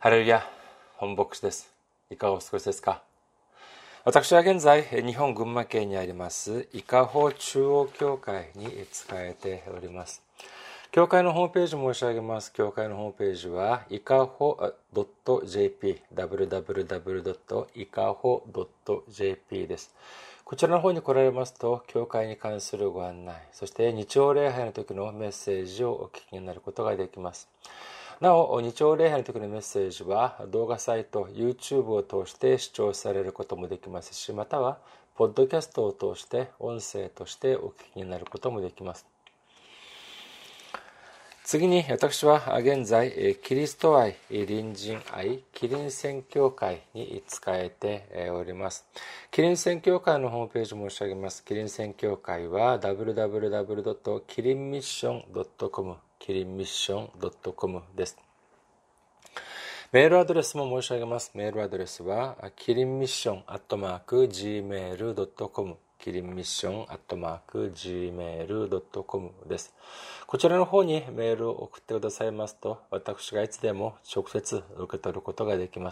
ハレルヤ、本牧師です。いかがお過ごしですか？私は現在、日本群馬県にあります、伊香保中央教会に仕えております。教会のホームページ申し上げます。教会のホームページは、いかほ .jp、www.ikaho.jp です。こちらの方に来られますと、教会に関するご案内、そして日曜礼拝の時のメッセージをお聞きになることができます。なお、日曜礼拝の時のメッセージは動画サイト、YouTube を通して視聴されることもできますし、または、ポッドキャストを通して音声としてお聞きになることもできます。次に、私は現在、キリスト愛、隣人愛、キリン宣教会に仕えております。キリン宣教会のホームページ申し上げます。キリン宣教会は www.kirinmission.com キリンミッション .com です。メールアドレスも申し上げます。メールアドレスはキリンミッション@gmail.com キリンミッション@gmail.com です。こちらの方にメールを送ってくださいますと、私がいつでも直接受け取ることができます。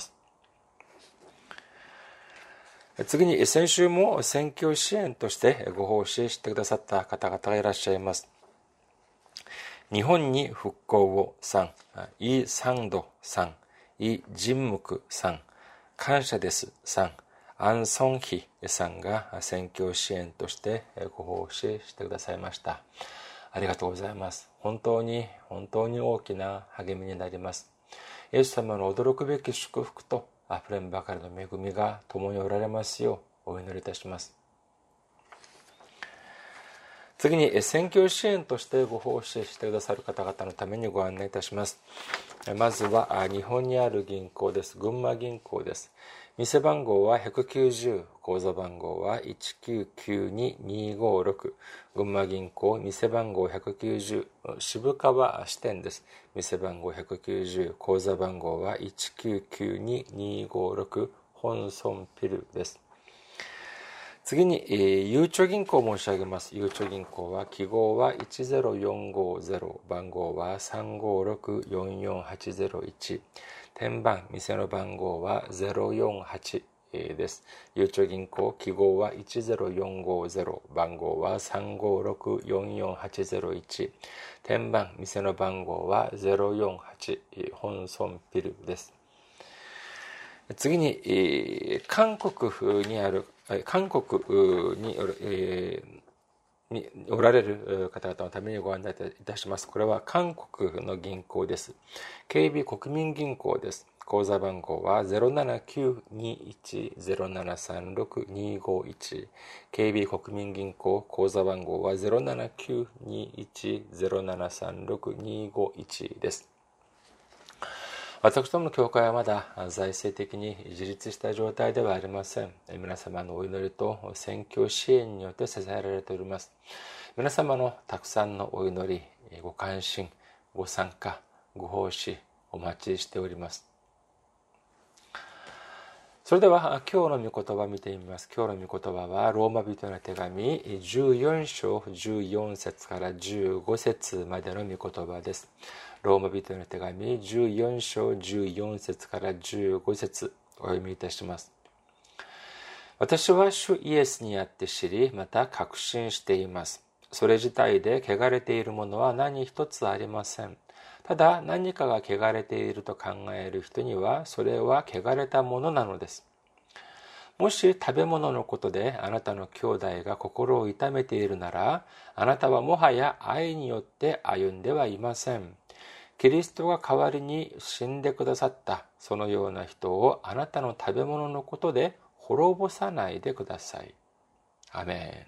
次に、先週も宣教支援としてご奉仕してくださった方々がいらっしゃいます。日本に復興をさん、イ・サンドさん、イ・ジンムクさん、感謝ですさん、アン・ソンヒさんが宣教支援としてご奉仕してくださいました。ありがとうございます。本当に大きな励みになります。イエス様の驚くべき祝福とあふれんばかりの恵みが共におられますようお祈りいたします。次に、宣教支援としてご奉仕してくださる方々のためにご案内いたします。まずは、日本にある銀行です。群馬銀行です。店番号は190、口座番号は1992256。群馬銀行、店番号190、渋川支店です。店番号190、口座番号は1992256、本村ピルです。次に、ゆうちょ銀行を申し上げます。ゆうちょ銀行は記号は10450、番号は356-44801、店番、店の番号は048です。ゆうちょ銀行記号は10450、番号は356-44801、店番、店の番号は048、本村ピルです。次に、韓国におられる方々のためにご案内いたします。これは韓国の銀行です。KB 国民銀行です。口座番号は 079-21-0736-251。KB 国民銀行口座番号は 079-21-0736-251 です。私どもの教会はまだ財政的に自立した状態ではありません。皆様のお祈りと宣教支援によって支えられております。皆様のたくさんのお祈り、ご関心、ご参加、ご奉仕、お待ちしております。それでは今日の御言葉を見てみます。今日の御言葉はローマ人の手紙14章14節から15節までの御言葉です。ローマ人の手紙14章14節から15節お読みいたします。私は主イエスにあって知り、また確信しています。それ自体で汚れているものは何一つありません。ただ何かが汚れていると考える人にはそれは汚れたものなのです。もし食べ物のことであなたの兄弟が心を痛めているなら、あなたはもはや愛によって歩んではいません。キリストが代わりに死んでくださったそのような人をあなたの食べ物のことで滅ぼさないでください。アメン。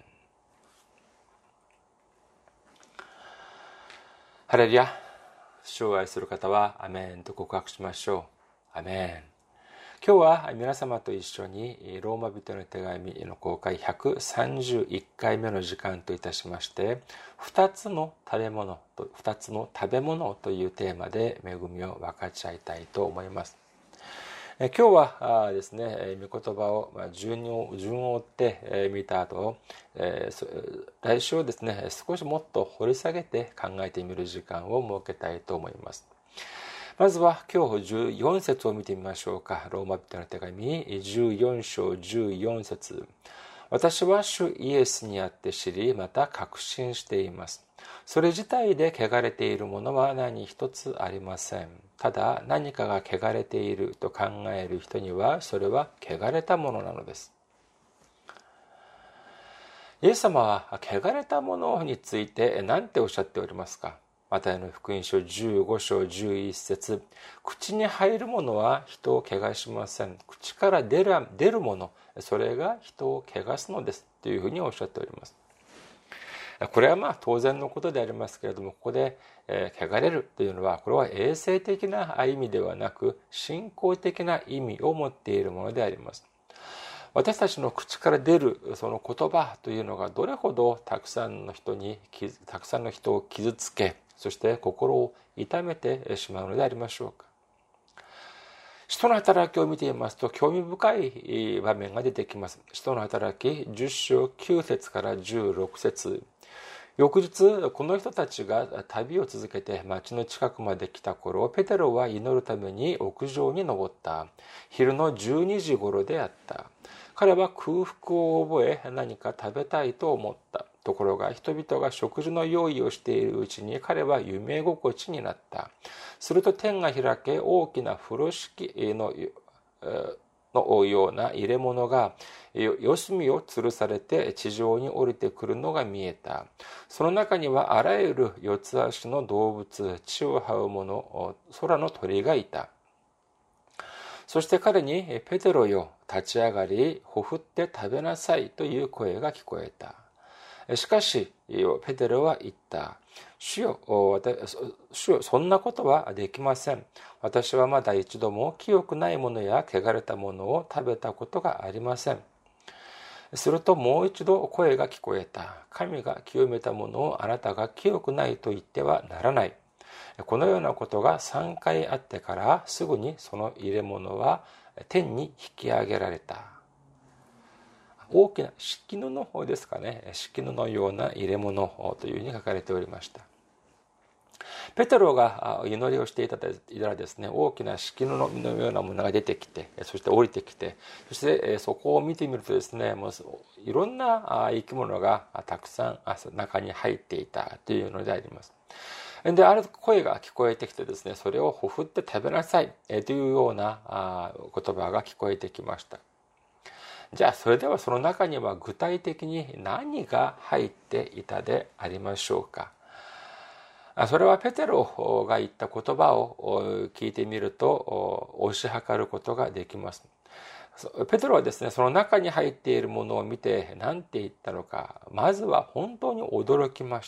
ハレルヤ。主を愛する方はアメンと告白しましょう。アメン。今日は皆様と一緒にローマ人の手紙の公開131回目の時間といたしまして、2つの食べ物というテーマで恵みを分かち合いたいと思います。今日はですね、御言葉を順を追って見た後、来週ですね、少しもっと掘り下げて考えてみる時間を設けたいと思います。 まずは今日14節を見てみましょうか。ローマ人の手紙14章14節。私は主イエスにあって知り、また確信しています。それ自体で汚れているものは何一つありません。ただ何かが汚れていると考える人には、それは汚れたものなのです。イエス様は汚れたものについて何ておっしゃっておりますか。マタイの福音書15章11節。口に入るものは人を汚しません。口から出るもの、それが人を汚すのですというふうにおっしゃっております。これは当然のことでありますけれども、ここで汚れるというのは、これは衛生的な意味ではなく信仰的な意味を持っているものであります。私たちの口から出るその言葉というのがどれほどたくさんの人を傷つけ、そして心を痛めてしまうのでありましょうか。使徒の働きを見ていますと興味深い場面が出てきます。使徒の働き10章9節から16節。翌日この人たちが旅を続けて町の近くまで来た頃、ペテロは祈るために屋上に登った。昼の12時頃であった。彼は空腹を覚え何か食べたいと思った。ところが人々が食事の用意をしているうちに彼は夢心地になった。すると天が開け、大きな風呂敷のような入れ物が四隅を吊るされて地上に降りてくるのが見えた。その中にはあらゆる四つ足の動物、地を這う者、空の鳥がいた。そして彼にペテロよ、立ち上がりほふって食べなさいという声が聞こえた。しかしペテロは言った。主よ、そんなことはできません。私はまだ一度も清くないものや汚れたものを食べたことがありません。するともう一度声が聞こえた。神が清めたものをあなたが清くないと言ってはならない。このようなことが3回あってからすぐにその入れ物は天に引き上げられた。大きな敷布の方ですかね。敷布のような入れ物というふうに書かれておりました。ペテロが祈りをしていたらですね、大きな敷布のようなものが出てきて、そして降りてきて、そしてそこを見てみるとですね、もういろんな生き物がたくさん中に入っていたというのであります。で、ある声が聞こえてきてですね、それをほふって食べなさいというような言葉が聞こえてきました。じゃあそれではその中には具体的に何が入っていたでありましょうか。それはペテロが言った言葉を聞いてみると推し量ることができます。ペテロはですね、その中に入っているものを見て何て言ったのか、まずは本当に驚きました。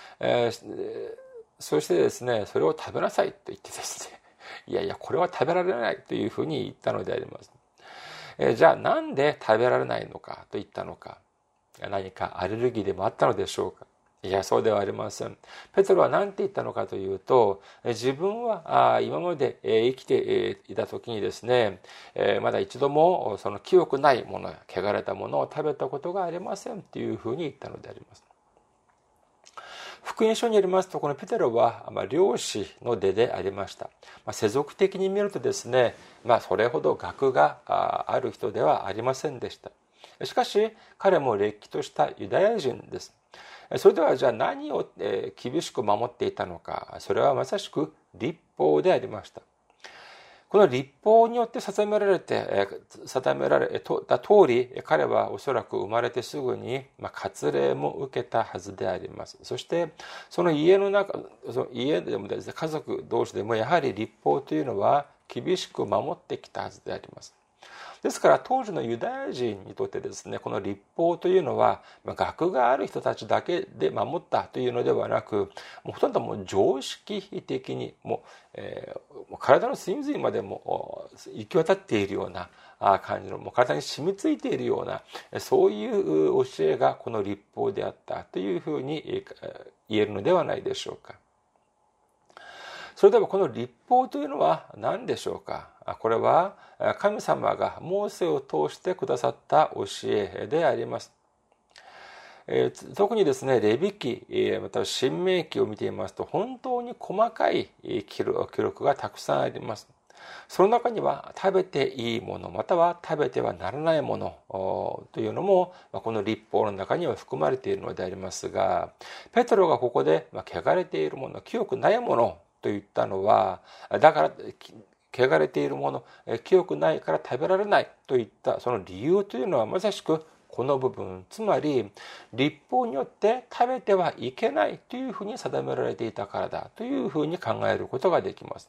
そしてですね、それを食べなさいと言ってですね、いやいやこれは食べられないというふうに言ったのであります。じゃあなんで食べられないのかと言ったのか。何かアレルギーでもあったのでしょうか。いや、そうではありません。ペテロは何て言ったのかというと、自分は今まで生きていた時にですね、まだ一度もその清くないもの、汚れたものを食べたことがありませんというふうに言ったのであります。福音書によりますと、このペテロは漁師の出でありました。世俗的に見るとですね、それほど学がある人ではありませんでした。しかし彼もれっきとしたユダヤ人です。それではじゃあ何を厳しく守っていたのか。それはまさしく律法でありました。この律法によって定められた通り、彼はおそらく生まれてすぐに割礼も受けたはずであります。そしてその家の中、家でもですね、家族同士でもやはり律法というのは厳しく守ってきたはずであります。ですから当時のユダヤ人にとってですね、この律法というのは学がある人たちだけで守ったというのではなく、ほとんどもう常識的に体の隅々までも行き渡っているような感じの、体に染みついているような、そういう教えがこの律法であったというふうに言えるのではないでしょうか。それではこの律法というのは何でしょうか。これは神様がモーセを通してくださった教えであります。 特にですね、レビ記、または申命記を見ていますと、本当に細かい記録がたくさんあります。その中には食べていいもの、または食べてはならないものというのも、この律法の中には含まれているのでありますが、ペテロがここで、汚れているもの、清くないものと言ったのは、だから、汚れているもの、清くないから食べられないといったその理由というのはまさしくこの部分、つまり律法によって食べてはいけないというふうに定められていたからだというふうに考えることができます。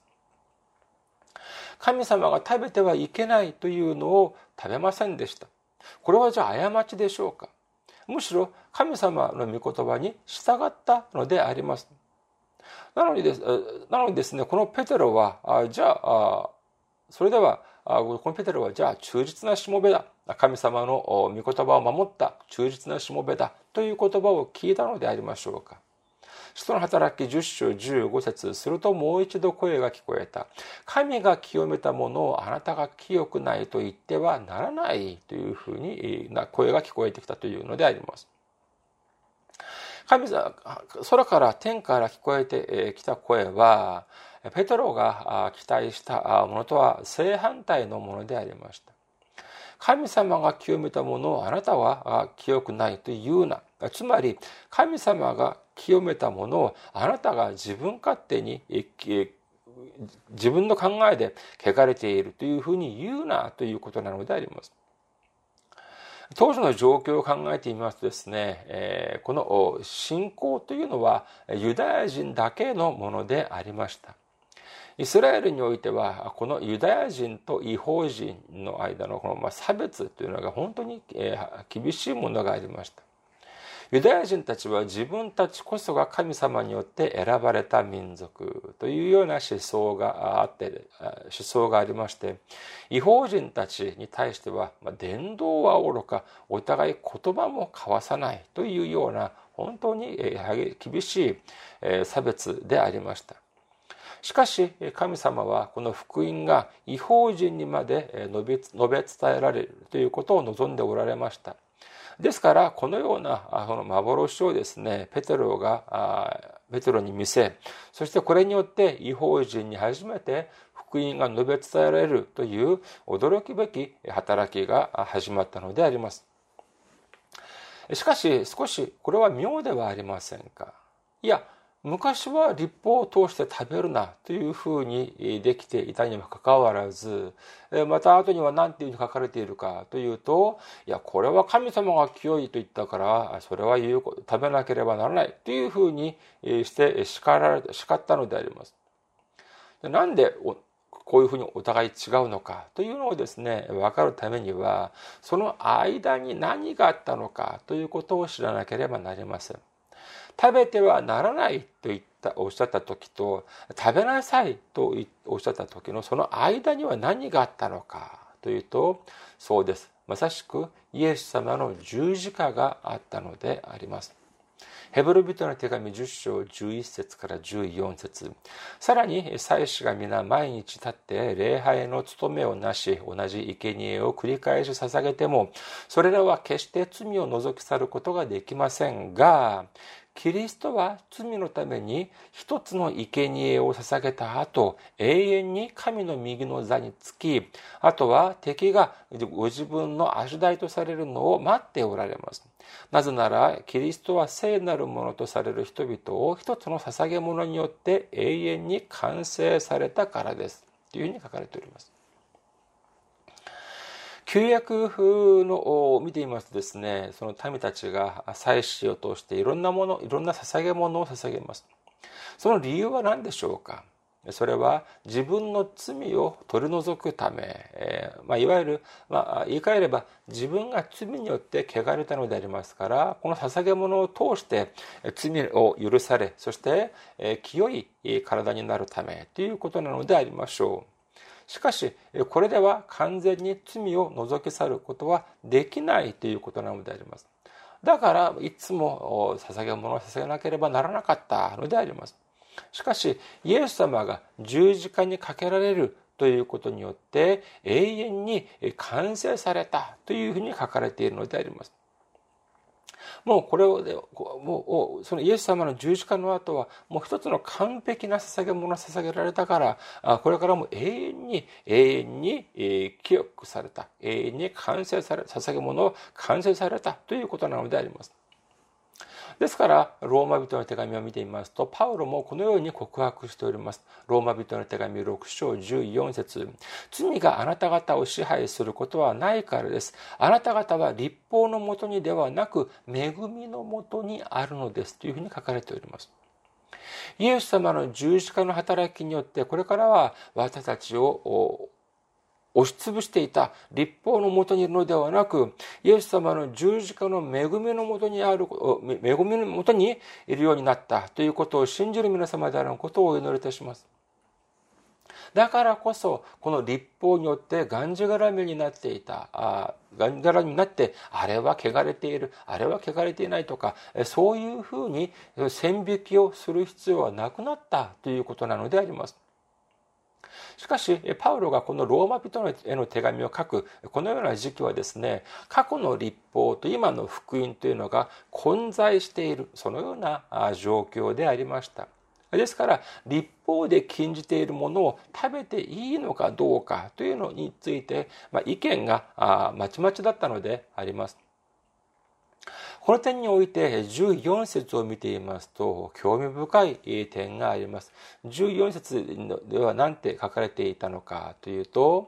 神様が食べてはいけないというのを食べませんでした。これはじゃあ過ちでしょうか。むしろ神様の御言葉に従ったのであります。なのにですね、このペテロは、それでは、このペテロはじゃあ忠実なしもべだ。神様の御言葉を守った忠実なしもべだという言葉を聞いたのでありましょうか。使徒の働き10章15節、するともう一度声が聞こえた。神が清めたものをあなたが清くないと言ってはならないというふうに声が聞こえてきたというのであります。神様、空から天から聞こえてきた声は、ペテロが期待したものとは正反対のものでありました。神様が清めたものをあなたは清くないと言うな。つまり、神様が清めたものをあなたが自分勝手に自分の考えで汚れているというふうに言うなということなのであります。当時の状況を考えてみますとですね、この信仰というのはユダヤ人だけのものでありました。イスラエルにおいてはこのユダヤ人と異邦人の間のこの差別というのが本当に厳しいものがありました。ユダヤ人たちは自分たちこそが神様によって選ばれた民族というような思想がありまして、異邦人たちに対しては伝道はおろかお互い言葉も交わさないというような本当に厳しい差別でありました。しかし神様はこの福音が異邦人にまで述べ伝えられるということを望んでおられました。ですからこのようなその幻をですね、ペテロに見せ、そしてこれによって異邦人に初めて福音が述べ伝えられるという驚くべき働きが始まったのであります。しかし少しこれは妙ではありませんか。いや、昔は律法を通して食べるなというふうにできていたにもかかわらず、また後には何ていうふうに書かれているかというと、いや、これは神様が清いと言ったから、それは食べなければならないというふうにして叱ったのであります。なんでこういうふうにお互い違うのかというのをですね、分かるためには、その間に何があったのかということを知らなければなりません。食べてはならないとおっしゃった時と、食べなさいとおっしゃった時のその間には何があったのかというと、そうです。まさしくイエス様の十字架があったのであります。ヘブル人の手紙10章11節から14節、さらに祭司が皆毎日立って礼拝の務めをなし、同じ生贄を繰り返し捧げても、それらは決して罪を除き去ることができませんが、キリストは罪のために一つの生贄を捧げた後、永遠に神の右の座につき、あとは敵がご自分の足台とされるのを待っておられます。なぜなら、キリストは聖なるものとされる人々を一つの捧げ物によって永遠に完成されたからです。というふうに書かれております。旧約のを見ていますとですね、その民たちが祭司を通していろんな捧げ物を捧げます。その理由は何でしょうか。それは自分の罪を取り除くため、いわゆる、言い換えれば自分が罪によって汚れたのでありますから、この捧げ物を通して罪を許され、そして清い体になるためということなのでありましょう。しかしこれでは完全に罪を除き去ることはできないということなのであります。だからいつも捧げ物を捧げなければならなかったのであります。しかしイエス様が十字架にかけられるということによって永遠に完成されたというふうに書かれているのであります。 もうこれを、もうそのイエス様の十字架の後は、もう一つの完璧な捧げ物が捧げられたから、これからも永遠に記憶された、永遠に完成され、捧げ物を完成されたということなのであります。ですから、ローマ人の手紙を見てみますと、パウロもこのように告白しております。ローマ人の手紙6章14節。罪があなた方を支配することはないからです。あなた方は律法のもとにではなく、恵みのもとにあるのです。というふうに書かれております。イエス様の十字架の働きによって、これからは私たちを押しつぶしていた律法のもとにいるのではなく、イエス様の十字架の恵みのもとにいるようになったということを信じる皆様であることをお祈りいたします。だからこそ、この律法によってがんじがらめになっていた、がんじがらめになって、あれは汚れている、あれは汚れていないとか、そういうふうに線引きをする必要はなくなったということなのであります。しかし、パウロがこのローマ人への手紙を書く、このような時期はですね、過去の律法と今の福音というのが混在している、そのような状況でありました。ですから、律法で禁じているものを食べていいのかどうかというのについて、意見がまちまちだったのであります。この点において14節を見ていますと興味深い点があります。14節では何て書かれていたのかというと、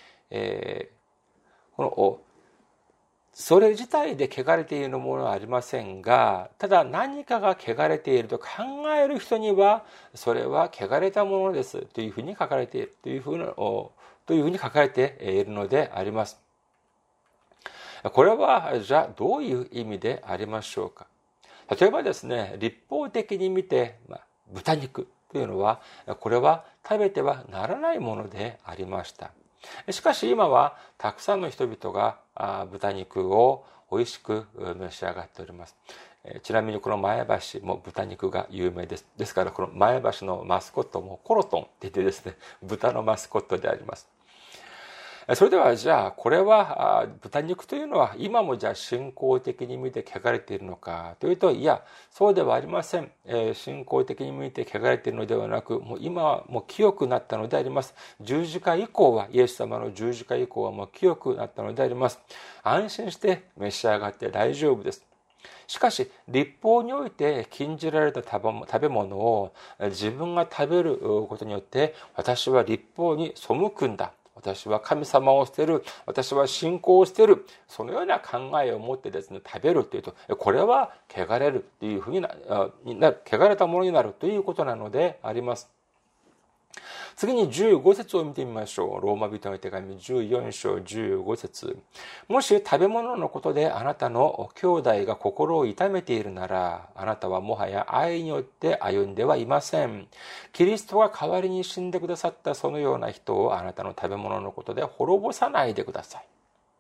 それ自体で汚れているものはありませんが、ただ何かが汚れていると考える人にはそれは汚れたものですというふうに書かれているというふうに書かれているのであります。これはじゃあどういう意味でありましょうか。例えばですね、立法的に見て、豚肉というのはこれは食べてはならないものでありました。しかし今はたくさんの人々が豚肉を美味しく召し上がっております。ちなみにこの前橋も豚肉が有名です。ですからこの前橋のマスコットもコロトンって言ってですね、豚のマスコットであります。それではじゃあこれは豚肉というのは今もじゃあ信仰的に見て汚れているのかというと、いやそうではありません。信仰的に見て汚れているのではなく、もう今はもう清くなったのであります。十字架以降は、イエス様の十字架以降はもう清くなったのであります。安心して召し上がって大丈夫です。しかし律法において禁じられた食べ物を自分が食べることによって、私は律法に背くんだ、私は神様を捨てる、私は信仰を捨てる、そのような考えを持ってですね、食べるというと、これは汚れるというふうになる、汚れたものになるということなのであります。次に15節を見てみましょう。ローマ人の手紙14章15節。もし食べ物のことであなたの兄弟が心を痛めているなら、あなたはもはや愛によって歩んではいません。キリストが代わりに死んでくださったそのような人をあなたの食べ物のことで滅ぼさないでください。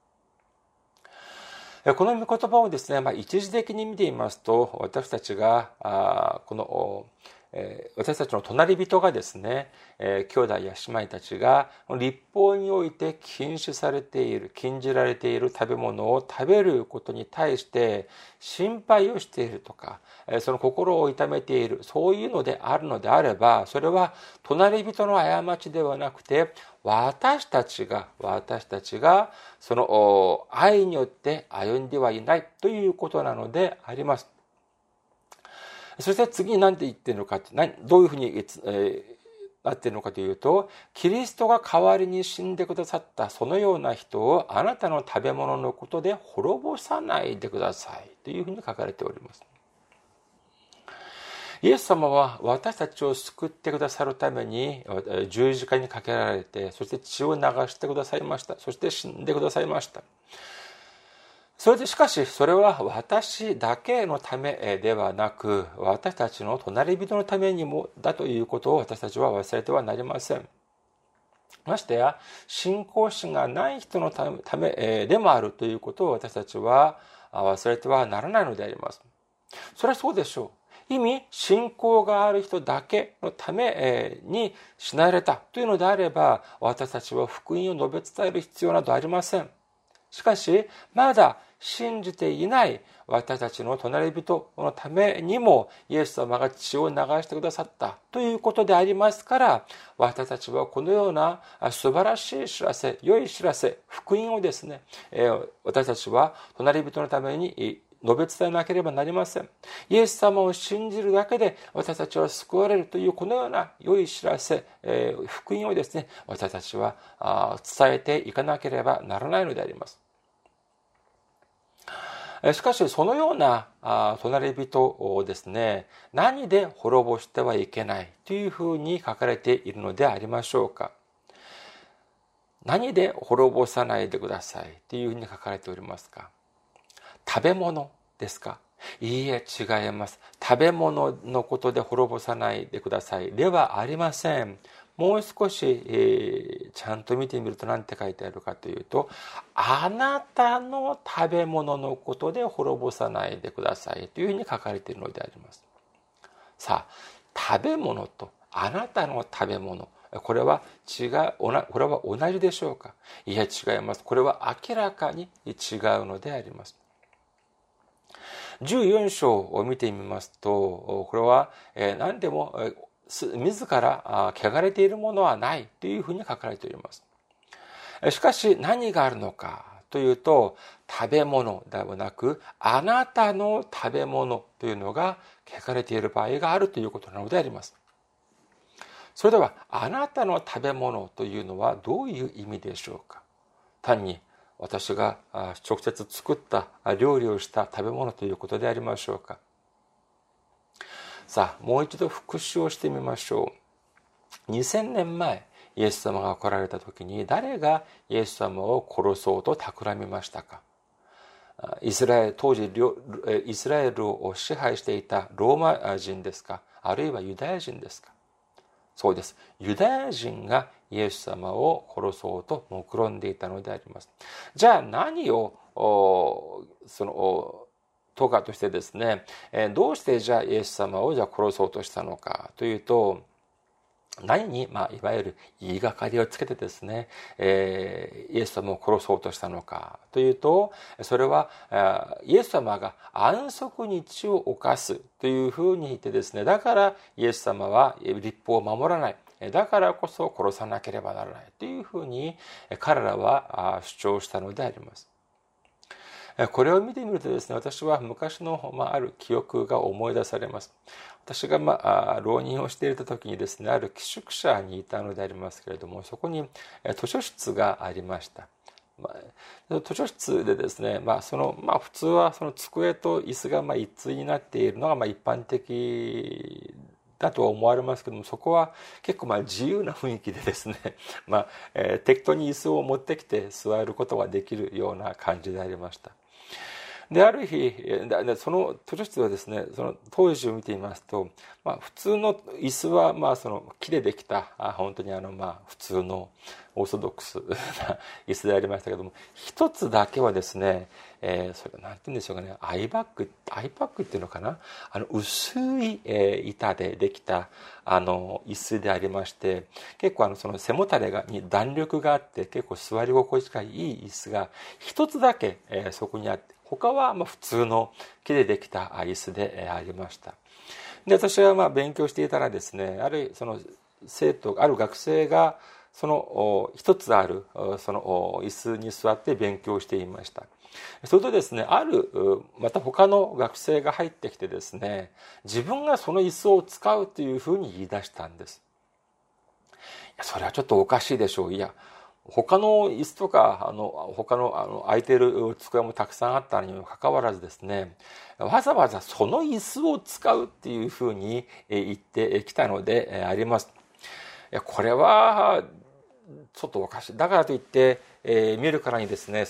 この御言葉をですね、一時的に見てみますと、私たちの隣人がですね、兄弟や姉妹たちが律法において禁じられている食べ物を食べることに対して心配をしているとか、その心を痛めている、そういうのであるのであれば、それは隣人の過ちではなくて、私たちがその愛によって歩んではいないということなのであります。そして次に何て言っているのか、どういうふうになっているのかというと、キリストが代わりに死んでくださったそのような人をあなたの食べ物のことで滅ぼさないでくださいというふうに書かれております。イエス様は私たちを救ってくださるために十字架にかけられて、そして血を流してくださいました。そして死んでくださいました。それでしかしそれは私だけのためではなく、私たちの隣人のためにもだということを私たちは忘れてはなりません。ましてや信仰心がない人のためでもあるということを私たちは忘れてはならないのであります。それはそうでしょう。意味、信仰がある人だけのために死なれたというのであれば、私たちは福音を述べ伝える必要などありません。しかしまだ信じていない私たちの隣人のためにもイエス様が血を流してくださったということでありますから、私たちはこのような素晴らしい知らせ、良い知らせ、福音をですね、私たちは隣人のために述べ伝えなければなりません。イエス様を信じるだけで私たちは救われるというこのような良い知らせ、福音をですね、私たちは伝えていかなければならないのであります。しかしそのような隣人をですね、何で滅ぼしてはいけないというふうに書かれているのでありましょうか。何で滅ぼさないでくださいというふうに書かれておりますか。食べ物ですか。いいえ、違います。食べ物のことで滅ぼさないでくださいではありません。もう少し、ちゃんと見てみると何て書いてあるかというと、あなたの食べ物のことで滅ぼさないでくださいというふうに書かれているのであります。さあ、食べ物とあなたの食べ物、これは違う、これは同じでしょうか。いや、違います。これは明らかに違うのであります。14章を見てみますと、これは何でも自ら汚れているものはないというふうに書かれております。しかし何があるのかというと、食べ物ではなくあなたの食べ物というのが汚れている場合があるということなのであります。それではあなたの食べ物というのはどういう意味でしょうか。単に私が直接作った料理をした食べ物ということでありましょうか。さあ、もう一度復習をしてみましょう。2000年前、イエス様が来られた時に誰がイエス様を殺そうと企みましたか。当時イスラエルを支配していたローマ人ですか、あるいはユダヤ人ですか。そうです。ユダヤ人がイエス様を殺そうと目論んでいたのであります。じゃあ何をトガとしてですね、どうしてじゃあイエス様を殺そうとしたのかというと、何に、いわゆる言いがかりをつけてですね、イエス様を殺そうとしたのかというと、それはイエス様が安息日を犯すというふうに言ってですね、だからイエス様は律法を守らない。だからこそ殺さなければならないというふうに彼らは主張したのであります。これを見てみるとですね、私は昔の、ある記憶が思い出されます。私が、浪人をしていた時にですね、ある寄宿舎にいたのでありますけれども、そこに図書室がありました。図書室でですね、普通はその机と椅子が一対になっているのが一般的だとは思われますけども、そこは結構自由な雰囲気でですね、適当に椅子を持ってきて座ることができるような感じでありました。で、ある日、その図書室はですね、その当時を見てみますと、普通の椅子はその木でできた本当に普通のオーソドックスな椅子でありましたけども、一つだけはですね、それなんて言うんでしょうかね、アイパックっていうのかな、薄い板でできた椅子でありまして、結構その背もたれに弾力があって結構座り心地がいい椅子が一つだけそこにあって、他は普通の木でできた椅子でありました。で、私は勉強していたらですね、ある学生がその一つあるその椅子に座って勉強していました。それとですね、また他の学生が入ってきてですね、自分がその椅子を使うというふうに言い出したんです。それはちょっとおかしいでしょう。いや、他の椅子とか他の空いている机もたくさんあったにもかかわらずですね、わざわざその椅子を使うっていうふうに言ってきたのであります。いや、これはちょっとおかしい。だからといって見るからにですね、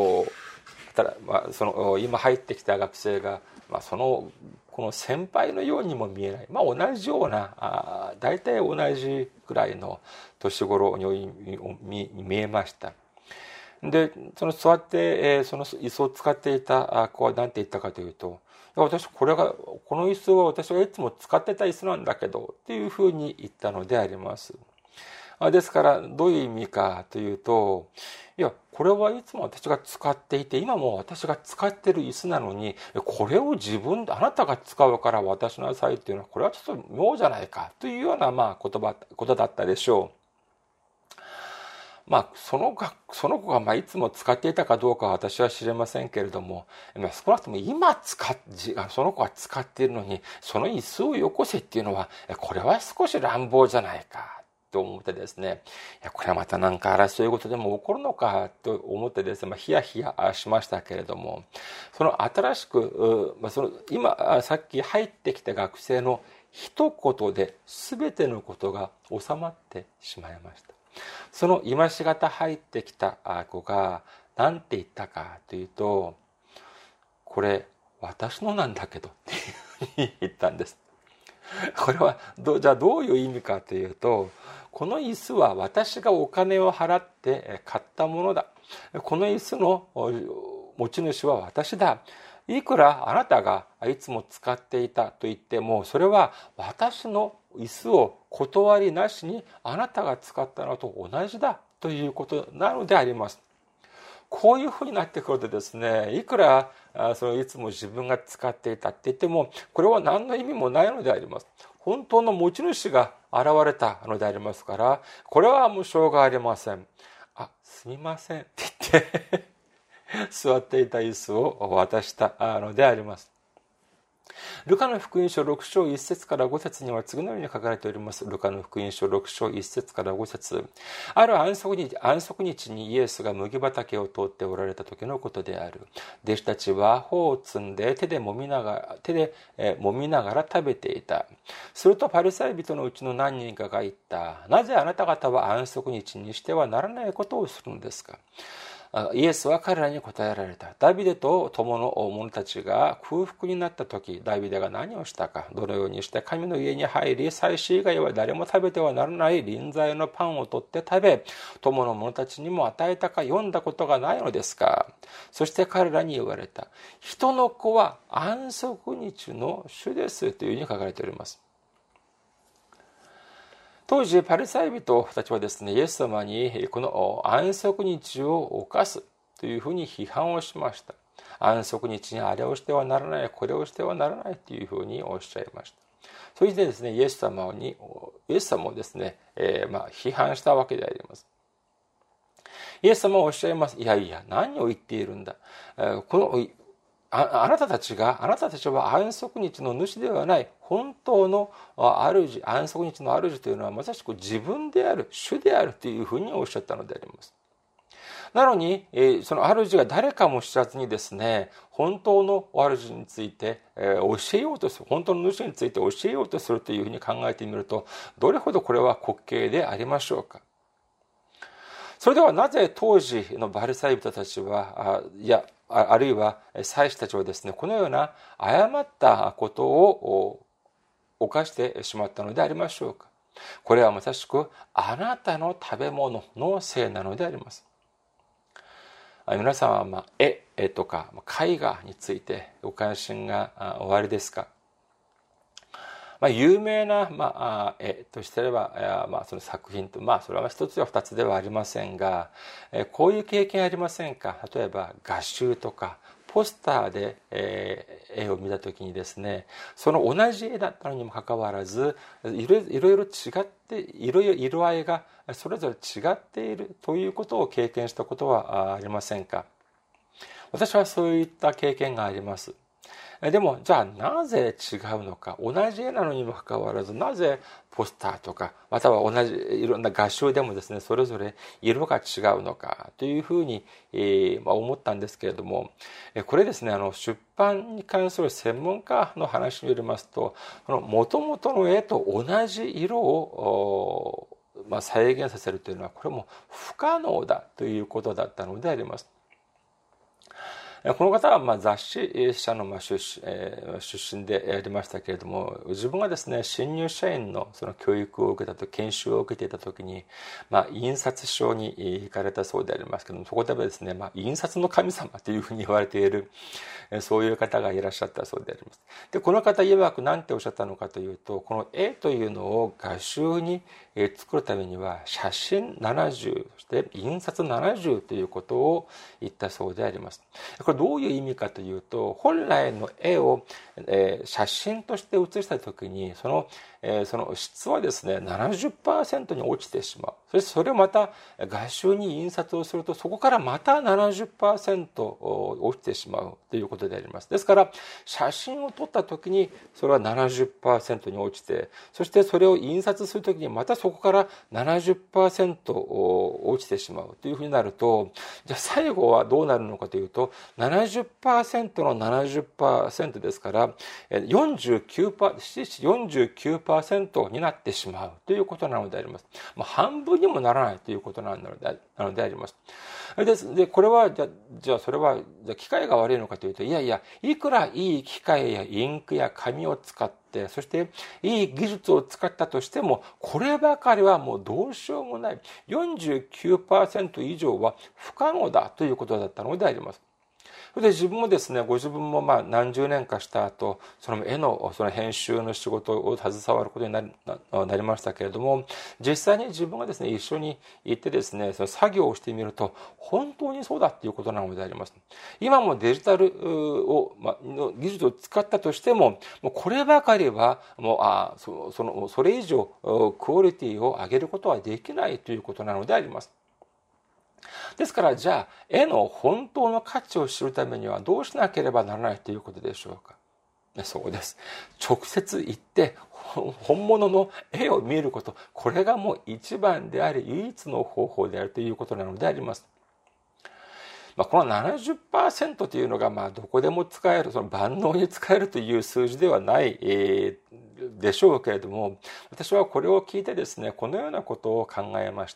今入ってきた学生がこの先輩のようにも見えない、同じような大体同じくらいの年頃に見えました。で、座ってその椅子を使っていた子は何て言ったかというと、この椅子は私がいつも使ってた椅子なんだけどっていうふうに言ったのであります。ですからどういう意味かというと、 いや、これはいつも私が使っていて、今も私が使っている椅子なのに、これを自分で、あなたが使うから渡しなさいっていうのは、これはちょっと妙じゃないか、というような、ことだったでしょう。その子がいつも使っていたかどうかは私は知れませんけれども、少なくとも今その子が使っているのに、その椅子をよこせっていうのは、これは少し乱暴じゃないか。と思ってですね、これはまたなんか争い事でも起こるのかと思ってですね、ヒヤヒヤしましたけれども、その新しく、今、さっき入ってきた学生の一言で全てのことが収まってしまいました。その今しがた入ってきた子が何て言ったかというと、これ私のなんだけどっていうふうに言ったんです。これはじゃあどういう意味かというと、この椅子は私がお金を払って買ったものだ。この椅子の持ち主は私だ。いくらあなたがいつも使っていたと言っても、それは私の椅子を断りなしにあなたが使ったのと同じだということなのであります。こういうふうになってくるとですね、いくらいつも自分が使っていたって言っても、これは何の意味もないのであります。本当の持ち主が現れたのでありますから、これは無償がありません。すみませんって言って座っていた椅子を渡したのであります。ルカの福音書6章1節から5節には次のように書かれております。ルカの福音書6章1節から5節。ある安息日にイエスが麦畑を通っておられた時のことである。弟子たちは穂を摘んで手で揉みながら食べていた。するとパリサイ人のうちの何人かが言った。なぜあなた方は安息日にしてはならないことをするのですか。イエスは彼らに答えられた。ダビデと友の者たちが空腹になった時、ダビデが何をしたか、どのようにして神の家に入り、祭司以外は誰も食べてはならない臨在のパンを取って食べ、友の者たちにも与えたか読んだことがないのですか。そして彼らに言われた。人の子は安息日の主ですというふうに書かれております。当時パリサイ人たちはですね、イエス様にこの安息日を犯すというふうに批判をしました。安息日にあれをしてはならない、これをしてはならないというふうにおっしゃいました。それでですね、イエス様をですね、批判したわけであります。イエス様はおっしゃいます。いやいや、何を言っているんだ。あなたたちは安息日の主ではない。本当の主、安息日の主というのはまさしく自分である、主であるというふうにおっしゃったのであります。なのに、その主が誰かも知らずにですね、本当の主について教えようとする、本当の主について教えようとするというふうに考えてみると、どれほどこれは滑稽でありましょうか。それではなぜ当時のバリサイ人たちは、あるいは祭司たちはですね、このような誤ったことを犯してしまったのでありましょうか。これはまさしくあなたの食べ物のせいなのであります。皆さんは絵とか絵画についてご関心がおありですか。有名な、絵としては、その作品と、それは一つや二つではありませんが、こういう経験ありませんか。例えば画集とかポスターで、絵を見たときにですね、その同じ絵だったのにもかかわらず、いろいろ違って、色合いがそれぞれ違っているということを経験したことはありませんか。私はそういった経験があります。でも、じゃあなぜ違うのか。同じ絵なのにもかかわらず、なぜポスターとか、または同じいろんな画集でもですね、それぞれ色が違うのかというふうに、思ったんですけれども、これですね、出版に関する専門家の話によりますと、元々の絵と同じ色を再現させるというのは、これも不可能だということだったのであります。 この方は雑誌社の出身でありましたけれども、自分がですね、新入社員のその教育を受けたと、研修を受けていた時に、印刷所に行かれたそうでありますけども、そこではですね、印刷の神様というふうに言われている、そういう方がいらっしゃったそうであります。で、この方曰く何ておっしゃったのかというと、この絵というのを画集に作るためには、写真70、そして印刷70ということを言ったそうであります。これどういう意味かというと、本来の絵を写真として写したときに、その質はですね、70% に落ちてしまう。そしてそれをまた画集に印刷をすると、そこからまた 70% 落ちてしまうということであります。ですから、写真を撮ったときに、それは 70% に落ちて、そしてそれを印刷するときにまたそこから 70% 落ちてしまうというふうになると、じゃあ最後はどうなるのかというと、70% の 70% ですから、49% になってしまうということなのであります。半分にもならないということなのであります。で、これは、じゃあそれは、機械が悪いのかというと、いくらいい機械やインクや紙を使って、そしていい技術を使ったとしても、こればかりはもうどうしようもない。49% 以上は不可能だということだったのであります。それで自分もですね、ご自分も何十年かした後、その絵のその編集の仕事を携わることになりましたけれども、実際に自分がですね、一緒に行ってですね、その作業をしてみると、本当にそうだっていうことなのであります。今もデジタルの技術を使ったとしても、もうこればかりは、それ以上クオリティを上げることはできないということなのであります。ですから、じゃあ、絵の本当の価値を知るためにはどうしなければならないということでしょうか。そうです。直接行って、本物の絵を見ること、これがもう一番であり、唯一の方法であるということなのであります。この 70% というのが、どこでも使える、その万能に使えるという数字ではない、でしょうけれども、私はこれを聞いてですね、このようなことを考えました。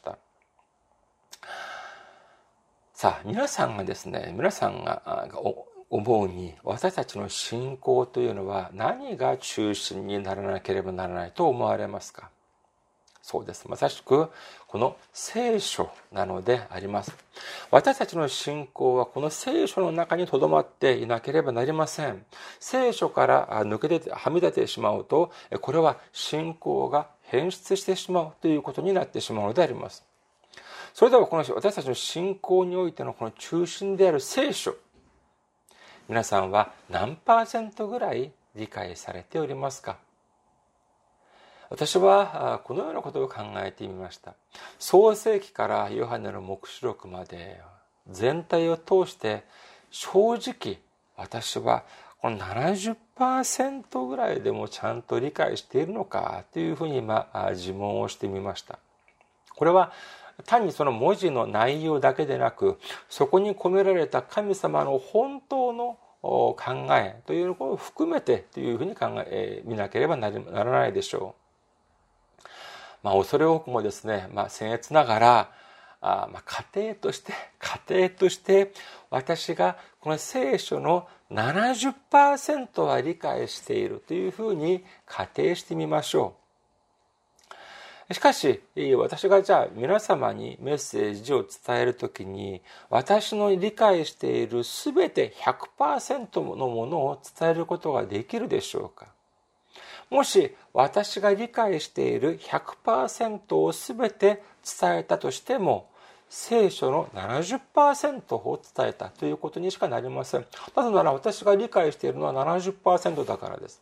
さあ、皆さんが思うに、私たちの信仰というのは何が中心にならなければならないと思われますか？そうです。まさしく、この聖書なのであります。私たちの信仰はこの聖書の中に留まっていなければなりません。聖書からはみ出てしまうと、これは信仰が変質してしまうということになってしまうのであります。それでは私たちの信仰においてのこの中心である聖書、皆さんは何%ぐらい理解されておりますか？私はこのようなことを考えてみました。創世記からヨハネの黙示録まで全体を通して正直私はこの 70% ぐらいでもちゃんと理解しているのかというふうに自問をしてみました。これは単にその文字の内容だけでなく、そこに込められた神様の本当の考えというのを含めてというふうに見なければならないでしょう。恐れ多くもですね、僭越ながら、家庭として私がこの聖書の 70% は理解しているというふうに仮定してみましょう。しかし、私がじゃあ皆様にメッセージを伝えるときに、私の理解しているすべて 100% のものを伝えることができるでしょうか？もし私が理解している 100% をすべて伝えたとしても、聖書の 70% を伝えたということにしかなりません。なぜなら私が理解しているのは 70% だからです。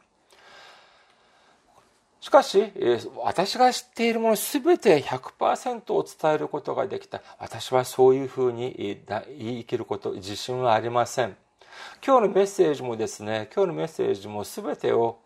しかし、私が知っているものすべて 100% を伝えることができた。私はそういうふうに言い切る自信はありません。今日のメッセージもすべてを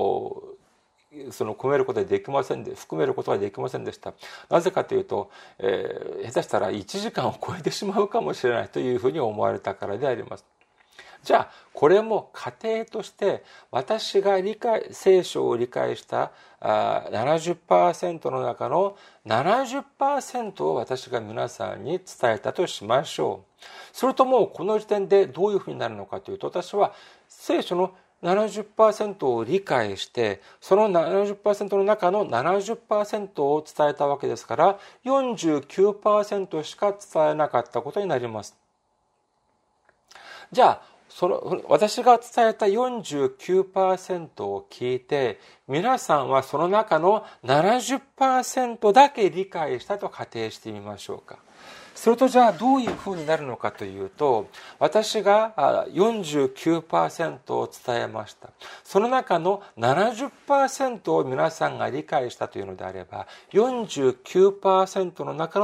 含めることができませんでした。なぜかというと、下手したら1時間を超えてしまうかもしれないというふうに思われたからであります。じゃあこれも過程として私が聖書を理解した 70% の中の 70% を私が皆さんに伝えたとしましょう。するともうこの時点でどういうふうになるのかというと、私は聖書の 70% を理解して、その 70% の中の 70% を伝えたわけですから、49% しか伝えなかったことになります。じゃあ、私が伝えた 49% を聞いて、皆さんはその中の 70% だけ理解したと仮定してみましょうか。するとじゃあどういうふうになるのかというと、私が 49% を伝えました。その中の 70% を皆さんが理解したというのであれば、49% の中の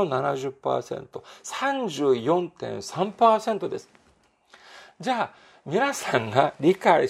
70%、34.3% です。じゃあ、皆さんが理解した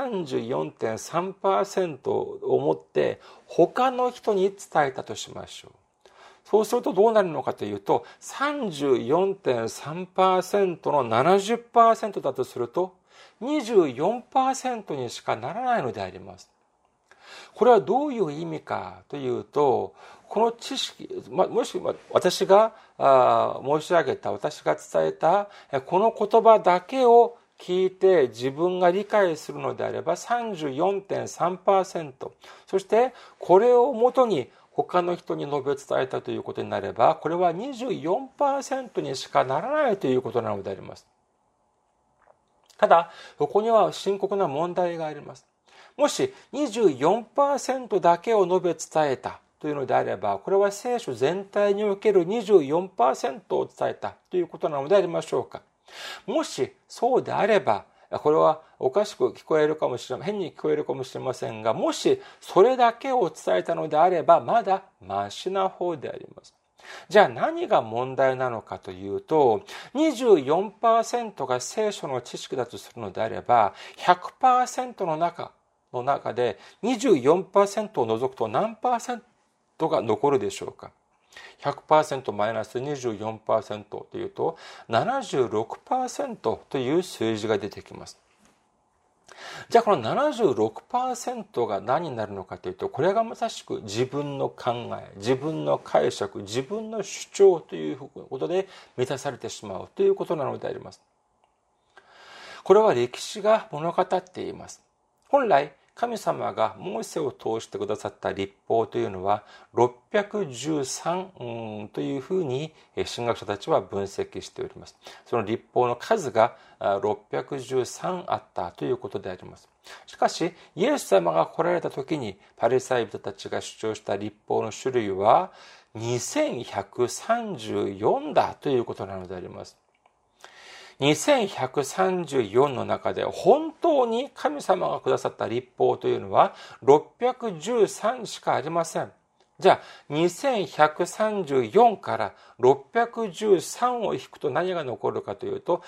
34.3% をもって他の人に伝えたとしましょう。そうするとどうなるのかというと、34.3% の 70% だとすると 24% にしかならないのであります。これはどういう意味かというと、この知識、もし私が申し上げた、私が伝えたこの言葉だけを聞いて自分が理解するのであれば 34.3%、 そしてこれをもとに他の人に述べ伝えたということになれば、これは 24% にしかならないということなのであります。ただ、ここには深刻な問題があります。もし 24% だけを述べ伝えたというのであれば、これは聖書全体における 24% を伝えたということなのでありましょうか。もしそうであれば、これはおかしく聞こえるかもしれません、変に聞こえるかもしれませんが、もしそれだけを伝えたのであれば、まだマシな方であります。じゃあ何が問題なのかというと、24% が聖書の知識だとするのであれば、100% の中で 24% を除くと何%が残るでしょうか。100% マイナス 24% というと 76% という数字が出てきます。じゃあこの 76% が何になるのかというと、これがまさしく自分の考え、自分の解釈、自分の主張ということで満たされてしまうということなのであります。これは歴史が物語っています。本来神様がモーセを通してくださった律法というのは613というふうに神学者たちは分析しております。その律法の数が613あったということであります。しかしイエス様が来られた時にパリサイ人たちが主張した律法の種類は2134だということなのであります。2134の中で本当に神様がくださった律法というのは613しかありません。じゃあ2134から613を引くと何が残るかというと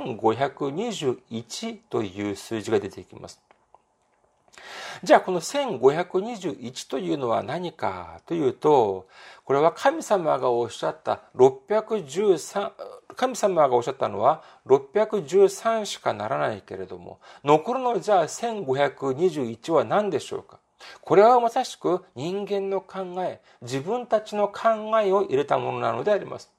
1521という数字が出てきます。じゃあこの1521というのは何かというと、これは神様がおっしゃった神様がおっしゃったのは613しかならないけれども、残るのじゃあ1521は何でしょうか。これはまさしく人間の考え、自分たちの考えを入れたものなのであります。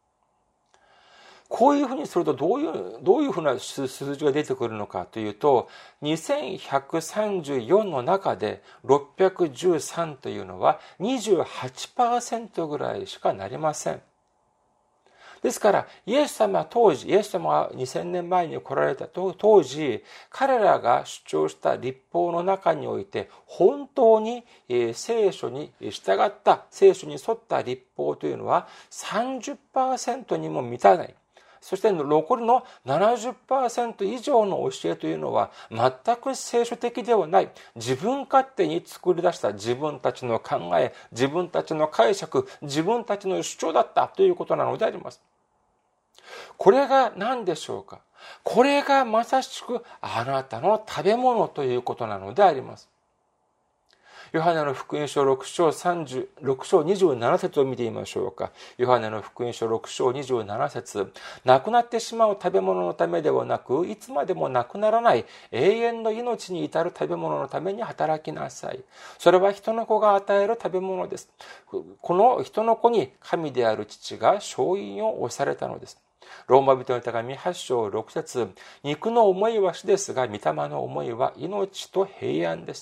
こういうふうにするとどういうふうな数字が出てくるのかというと、2134の中で613というのは 28% ぐらいしかなりません。ですからイエス様が2000年前に来られた当時、彼らが主張した律法の中において本当に聖書に従った、聖書に沿った律法というのは 30% にも満たない。そして残りの 70% 以上の教えというのは全く聖書的ではない、自分勝手に作り出した自分たちの考え、自分たちの解釈、自分たちの主張だったということなのであります。これが何でしょうか。これがまさしくあなたの食べ物ということなのであります。 ヨハネの福音書6章27節を見てみましょうか。ヨハネの福音書6章27節。なくなってしまう食べ物のためではなく、いつまでもなくならない永遠の命に至る食べ物のために働きなさい。それは人の子が与える食べ物です。この人の子に神である父が勝因を押されたのです。ローマ人の手紙8章6節。肉の思いは死ですが、御霊の思いは命と平安です。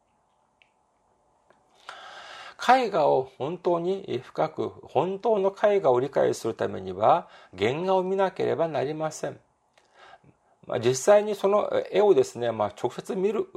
絵画を本当に深く、本当の絵画を理解するためには、原画を見なければなりません。実際にその絵をですね、直接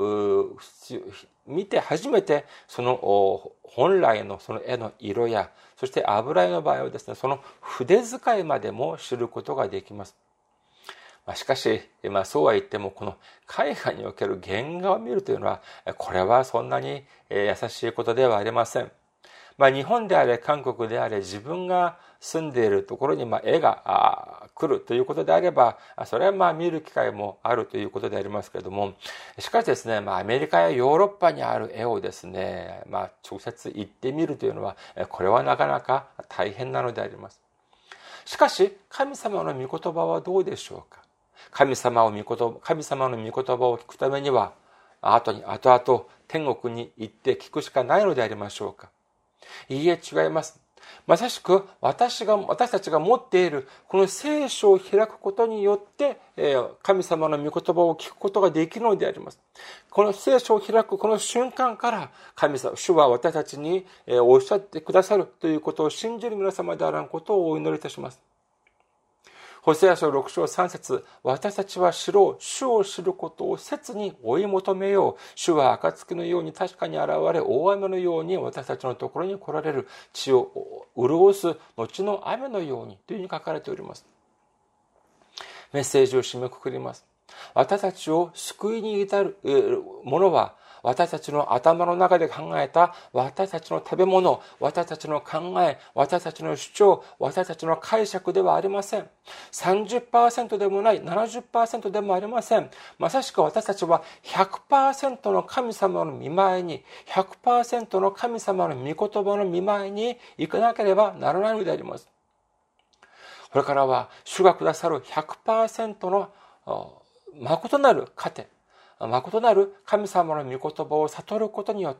見て初めて、その本来のその絵の色や、そして油絵の場合はですね、その筆使いまでも知ることができます。しかし、そうは言っても、この絵画における原画を見るというのは、これはそんなに優しいことではありません。日本であれ、韓国であれ、自分が住んでいるところに絵が来るということであれば、それは見る機会もあるということでありますけれども、しかしですね、アメリカやヨーロッパにある絵をですね、直接行ってみるというのは、これはなかなか大変なのであります。しかし、神様の御言葉はどうでしょうか。神様の御言葉を聞くためには、後々天国に行って聞くしかないのでありましょうか。いいえ、違います。まさしく私たちが持っているこの聖書を開くことによって神様の御言葉を聞くことができるのであります。この聖書を開くこの瞬間から主は私たちにおっしゃってくださるということを信じる皆様であらんことをお祈りいたします。ホセア書6章3節。私たちは主を知ることを切に追い求めよう。主は暁のように確かに現れ、大雨のように私たちのところに来られる。地を潤す後の雨のようにというふうに書かれております。メッセージを締めくくります。私たちを救いに至るものは、私たちの頭の中で考えた私たちの食べ物、私たちの考え、私たちの主張、私たちの解釈ではありません。30% でもない、70% でもありません。まさしく私たちは 100% の神様の御前に、100% の神様の御言葉の御前に行かなければならないのであります。これからは主がくださる 100% の誠なる糧、誠なる神様の御言葉を悟ることによって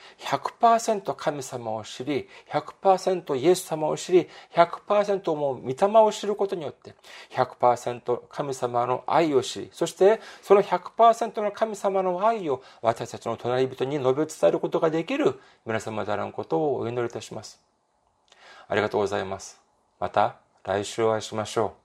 100% 神様を知り、 100% イエス様を知り、 100% も御霊を知ることによって 100% 神様の愛を知り、そしてその 100% の神様の愛を私たちの隣人に述べ伝えることができる皆様であらんことをお祈りいたします。ありがとうございます。また来週お会いしましょう。